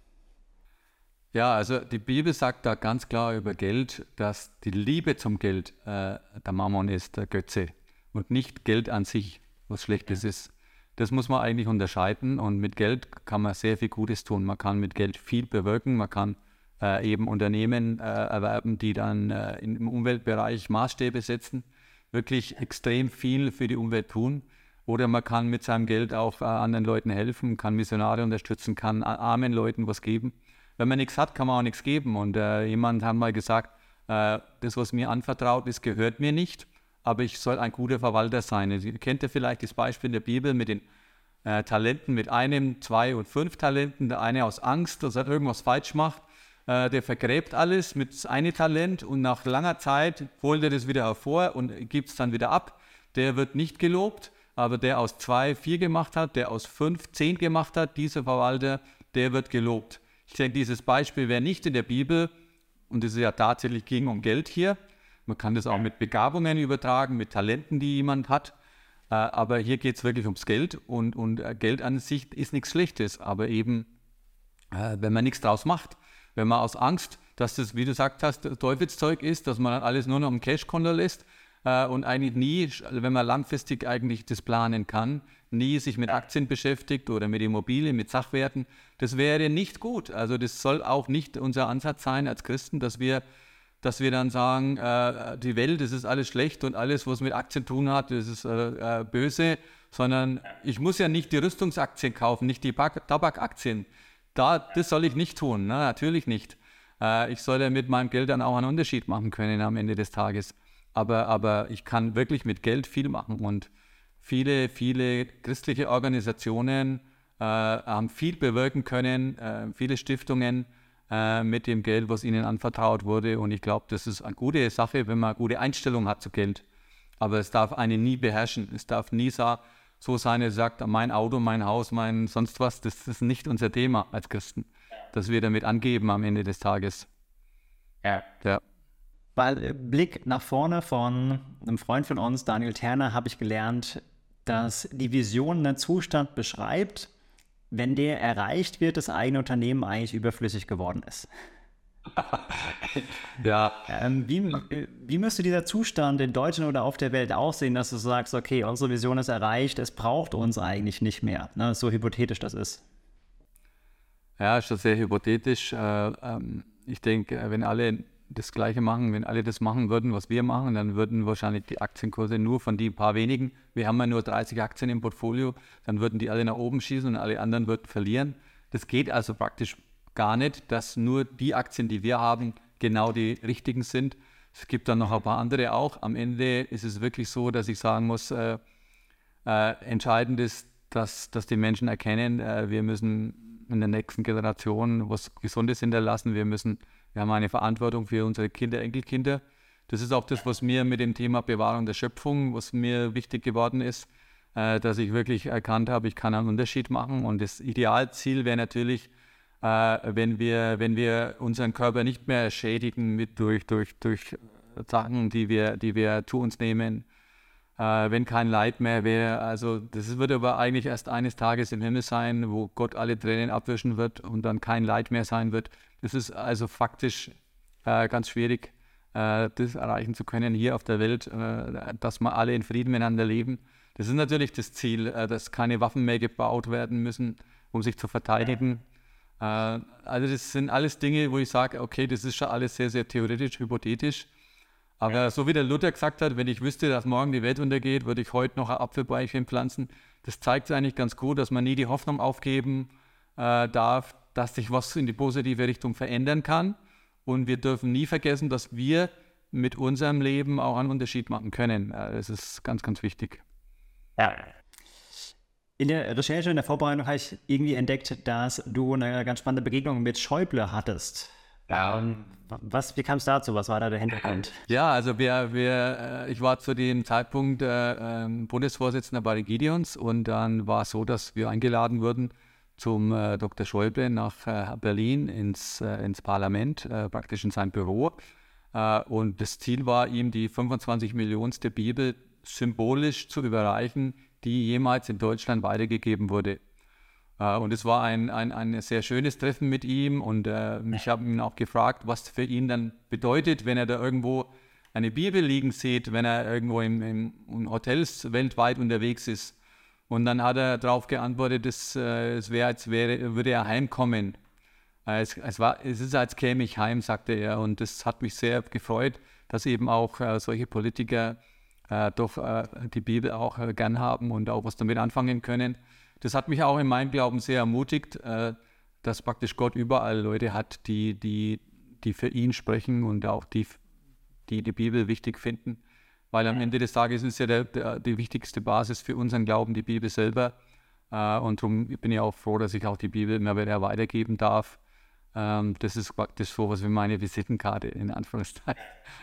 Ja, also die Bibel sagt da ganz klar über Geld, dass die Liebe zum Geld der Mammon ist, der Götze und nicht Geld an sich, was Schlechtes ist. Das muss man eigentlich unterscheiden und mit Geld kann man sehr viel Gutes tun. Man kann mit Geld viel bewirken, man kann eben Unternehmen erwerben, die dann im Umweltbereich Maßstäbe setzen, wirklich extrem viel für die Umwelt tun. Oder man kann mit seinem Geld auch anderen Leuten helfen, kann Missionare unterstützen, kann armen Leuten was geben. Wenn man nichts hat, kann man auch nichts geben. Und jemand hat mal gesagt, das, was mir anvertraut ist, gehört mir nicht, aber ich soll ein guter Verwalter sein. Ihr kennt ja vielleicht das Beispiel in der Bibel mit den Talenten, mit 1, 2 und 5 Talenten. Der eine aus Angst, dass er irgendwas falsch macht, der vergräbt alles mit einem Talent und nach langer Zeit holt er das wieder hervor und gibt es dann wieder ab. Der wird nicht gelobt, aber der aus 2 4 gemacht hat, der aus 5 10 gemacht hat, dieser Verwalter, der wird gelobt. Ich denke, dieses Beispiel wäre nicht in der Bibel und es ist ja tatsächlich ging um Geld hier. Man kann das auch mit Begabungen übertragen, mit Talenten, die jemand hat. Aber hier geht es wirklich ums Geld und Geld an sich ist nichts Schlechtes. Aber eben, wenn man nichts draus macht, wenn man aus Angst, dass das, wie du gesagt hast, Teufelszeug ist, dass man dann alles nur noch im Cashkonto lässt und eigentlich nie, wenn man langfristig eigentlich das planen kann, nie sich mit Aktien beschäftigt oder mit Immobilien, mit Sachwerten, das wäre nicht gut. Also das soll auch nicht unser Ansatz sein als Christen, dass wir dass wir dann sagen, die Welt, das ist alles schlecht und alles, was mit Aktien zu tun hat, das ist böse, sondern ich muss ja nicht die Rüstungsaktien kaufen, nicht die Tabakaktien. Das soll ich nicht tun, ne? Natürlich nicht. Ich soll ja mit meinem Geld dann auch einen Unterschied machen können am Ende des Tages. Aber ich kann wirklich mit Geld viel machen und viele christliche Organisationen haben viel bewirken können, viele Stiftungen mit dem Geld, was ihnen anvertraut wurde. Und ich glaube, das ist eine gute Sache, wenn man eine gute Einstellung hat zu Geld. Aber es darf einen nie beherrschen. Es darf nie so sein, er sagt, mein Auto, mein Haus, mein sonst was, das ist nicht unser Thema als Christen, dass wir damit angeben am Ende des Tages. Ja. Weil Blick nach vorne von einem Freund von uns, Daniel Terner, habe ich gelernt, dass die Vision einen Zustand beschreibt, wenn der erreicht wird, das eigene Unternehmen eigentlich überflüssig geworden ist. Ja. Wie müsste dieser Zustand in Deutschland oder auf der Welt aussehen, dass du sagst, okay, unsere Vision ist erreicht, es braucht uns eigentlich nicht mehr, ne? So hypothetisch das ist. Ja, ist das sehr hypothetisch. Ich denke, wenn alle das Gleiche machen, wenn alle das machen würden, was wir machen, dann würden wahrscheinlich die Aktienkurse nur von die paar wenigen, wir haben ja nur 30 Aktien im Portfolio, dann würden die alle nach oben schießen und alle anderen würden verlieren. Das geht also praktisch gar nicht, dass nur die Aktien, die wir haben, genau die richtigen sind. Es gibt dann noch ein paar andere auch. Am Ende ist es wirklich so, dass ich sagen muss, entscheidend ist, dass die Menschen erkennen, wir müssen in der nächsten Generation was Gesundes hinterlassen. Wir haben eine Verantwortung für unsere Kinder, Enkelkinder. Das ist auch das, was mir mit dem Thema Bewahrung der Schöpfung, was mir wichtig geworden ist, dass ich wirklich erkannt habe, ich kann einen Unterschied machen. Und das Idealziel wäre natürlich, wenn wir unseren Körper nicht mehr schädigen durch Sachen, die wir zu uns nehmen, wenn kein Leid mehr wäre. Also das wird aber eigentlich erst eines Tages im Himmel sein, wo Gott alle Tränen abwischen wird und dann kein Leid mehr sein wird. Das ist also faktisch ganz schwierig, das erreichen zu können hier auf der Welt, dass wir alle in Frieden miteinander leben. Das ist natürlich das Ziel, dass keine Waffen mehr gebaut werden müssen, um sich zu verteidigen. Also das sind alles Dinge, wo ich sage, okay, das ist schon alles sehr, sehr theoretisch, hypothetisch. Aber so wie der Luther gesagt hat, wenn ich wüsste, dass morgen die Welt untergeht, würde ich heute noch ein Apfelbäumchen pflanzen. Das zeigt eigentlich ganz gut, dass man nie die Hoffnung aufgeben darf, dass sich was in die positive Richtung verändern kann. Und wir dürfen nie vergessen, dass wir mit unserem Leben auch einen Unterschied machen können. Das ist ganz, ganz wichtig. Ja. In der Recherche, in der Vorbereitung habe ich irgendwie entdeckt, dass du eine ganz spannende Begegnung mit Schäuble hattest. Ja. Wie kam es dazu? Was war da der Hintergrund? Ja, also ich war zu dem Zeitpunkt Bundesvorsitzender bei den Gideons und dann war es so, dass wir eingeladen wurden zum Dr. Schäuble nach Berlin ins Parlament, praktisch in sein Büro. Und das Ziel war, ihm die 25 Millionste Bibel symbolisch zu überreichen, die jemals in Deutschland weitergegeben wurde. Und es war ein sehr schönes Treffen mit ihm und ich habe ihn auch gefragt, was für ihn dann bedeutet, wenn er da irgendwo eine Bibel liegen sieht, wenn er irgendwo in Hotels weltweit unterwegs ist. Und dann hat er darauf geantwortet, es wäre, als würde er heimkommen. Es ist, als käme ich heim, sagte er. Und das hat mich sehr gefreut, dass eben auch solche Politiker doch die Bibel auch gern haben und auch was damit anfangen können. Das hat mich auch in meinem Glauben sehr ermutigt, dass praktisch Gott überall Leute hat, die für ihn sprechen und auch die Bibel wichtig finden. Weil am Ende des Tages ist ja die wichtigste Basis für unseren Glauben die Bibel selber. Und darum bin ich auch froh, dass ich auch die Bibel immer wieder weitergeben darf. Das ist praktisch so was wie meine Visitenkarte, in Anführungszeichen.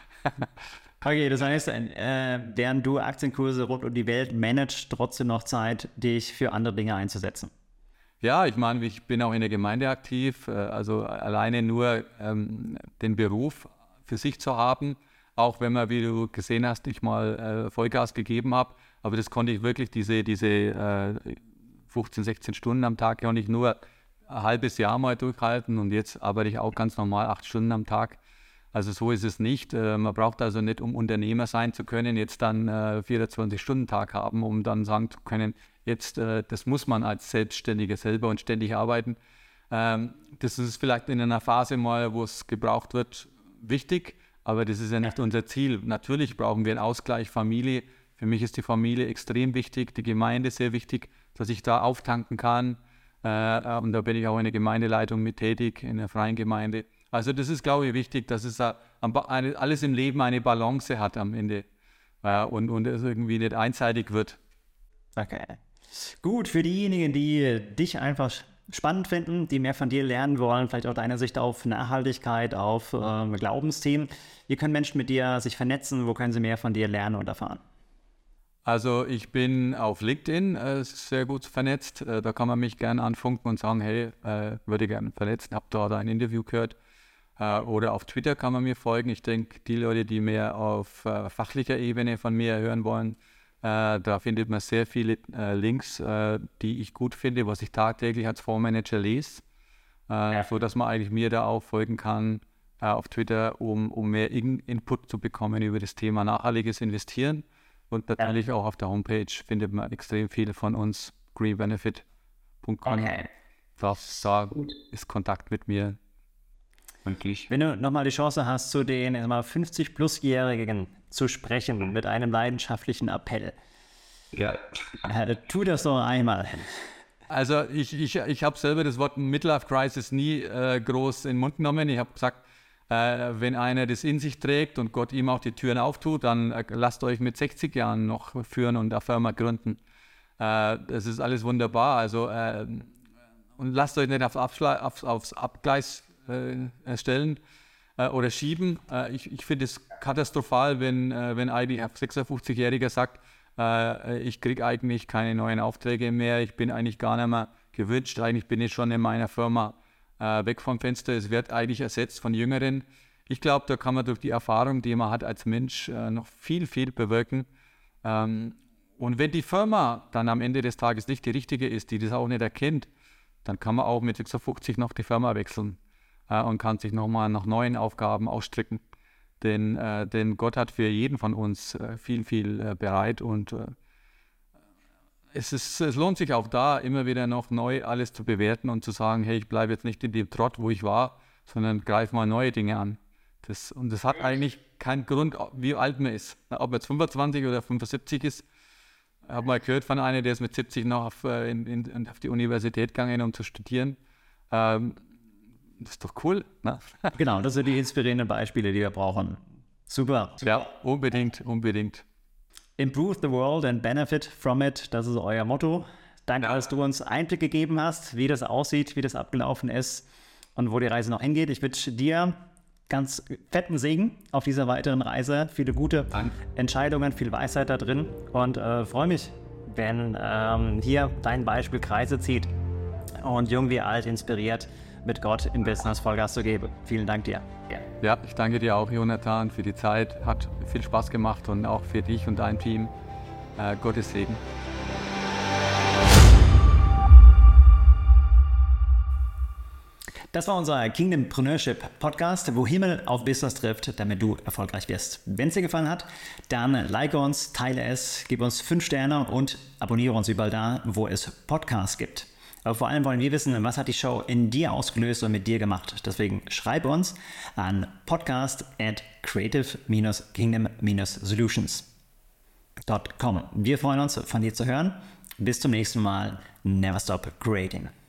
Okay, das heißt, während du Aktienkurse rund um die Welt managst, trotzdem noch Zeit, dich für andere Dinge einzusetzen. Ja, ich meine, ich bin auch in der Gemeinde aktiv, also alleine nur den Beruf für sich zu haben, auch wenn man, wie du gesehen hast, ich mal Vollgas gegeben habe, aber das konnte ich wirklich, diese 15, 16 Stunden am Tag, konnte ich nur ein halbes Jahr mal durchhalten und jetzt arbeite ich auch ganz normal 8 Stunden am Tag. Also so ist es nicht. Man braucht also nicht, um Unternehmer sein zu können, jetzt dann 24-Stunden-Tag haben, um dann sagen zu können, jetzt, das muss man als Selbstständiger selber und ständig arbeiten. Das ist vielleicht in einer Phase mal, wo es gebraucht wird, wichtig, aber das ist ja nicht unser Ziel. Natürlich brauchen wir einen Ausgleich, Familie. Für mich ist die Familie extrem wichtig, die Gemeinde sehr wichtig, dass ich da auftanken kann. Und da bin ich auch in der Gemeindeleitung mit tätig, in der freien Gemeinde. Also das ist, glaube ich, wichtig, dass es alles im Leben eine Balance hat am Ende und es irgendwie nicht einseitig wird. Okay. Gut, für diejenigen, die dich einfach spannend finden, die mehr von dir lernen wollen, vielleicht auch deine Sicht auf Nachhaltigkeit, auf Glaubensthemen. Wie können Menschen mit dir sich vernetzen? Wo können sie mehr von dir lernen und erfahren? Also ich bin auf LinkedIn sehr gut vernetzt. Da kann man mich gerne anfunken und sagen, hey, würde gerne vernetzen, habe da ein Interview gehört. Oder auf Twitter kann man mir folgen. Ich denke, die Leute, die mehr auf fachlicher Ebene von mir hören wollen, da findet man sehr viele Links, die ich gut finde, was ich tagtäglich als Fondsmanager lese, so dass man eigentlich mir da auch folgen kann auf Twitter, um mehr Input zu bekommen über das Thema nachhaltiges Investieren. Und natürlich auch auf der Homepage findet man extrem viel von uns, greenbenefit.com. Okay. Da ist Kontakt mit mir möglich. Wenn du nochmal die Chance hast, zu den 50-plus-Jährigen zu sprechen mit einem leidenschaftlichen Appell, tu das doch einmal. Also ich habe selber das Wort Midlife Crisis nie groß in den Mund genommen. Ich habe gesagt, wenn einer das in sich trägt und Gott ihm auch die Türen auftut, dann lasst euch mit 60 Jahren noch führen und eine Firma gründen. Das ist alles wunderbar. Also und lasst euch nicht aufs Abgleis stellen oder schieben. Ich finde es katastrophal, wenn eigentlich ein 56-Jähriger sagt, ich kriege eigentlich keine neuen Aufträge mehr, ich bin eigentlich gar nicht mehr gewünscht, eigentlich bin ich schon in meiner Firma weg vom Fenster, es wird eigentlich ersetzt von Jüngeren. Ich glaube, da kann man durch die Erfahrung, die man hat als Mensch, noch viel, viel bewirken. Und wenn die Firma dann am Ende des Tages nicht die richtige ist, die das auch nicht erkennt, dann kann man auch mit 56 noch die Firma wechseln und kann sich nochmal nach neuen Aufgaben ausstricken. Denn Gott hat für jeden von uns viel, viel bereit und es lohnt sich auch da, immer wieder noch neu alles zu bewerten und zu sagen, hey, ich bleibe jetzt nicht in dem Trott, wo ich war, sondern greife mal neue Dinge an. Das hat eigentlich keinen Grund, wie alt man ist. Ob man jetzt 25 oder 75 ist, ich habe mal gehört von einem, der ist mit 70 noch auf die Universität gegangen, um zu studieren. Das ist doch cool, ne? Genau, das sind die inspirierenden Beispiele, die wir brauchen. Super. Ja, unbedingt. Improve the world and benefit from it, das ist euer Motto. Danke, dass du uns Einblick gegeben hast, wie das aussieht, wie das abgelaufen ist und wo die Reise noch hingeht. Ich wünsche dir ganz fetten Segen auf dieser weiteren Reise, viele gute Entscheidungen, viel Weisheit da drin und freue mich, wenn hier dein Beispiel Kreise zieht und jung wie alt inspiriert, mit Gott im Business Vollgas zu geben. Vielen Dank dir. Ja, ich danke dir auch, Jonathan, für die Zeit. Hat viel Spaß gemacht und auch für dich und dein Team. Gottes Segen. Das war unser Kingdompreneurship Podcast, wo Himmel auf Business trifft, damit du erfolgreich wirst. Wenn es dir gefallen hat, dann like uns, teile es, gib uns 5 Sterne und abonniere uns überall da, wo es Podcasts gibt. Aber vor allem wollen wir wissen, was hat die Show in dir ausgelöst und mit dir gemacht. Deswegen schreib uns an podcast@creative-kingdom-solutions.com. Wir freuen uns, von dir zu hören. Bis zum nächsten Mal. Never stop creating.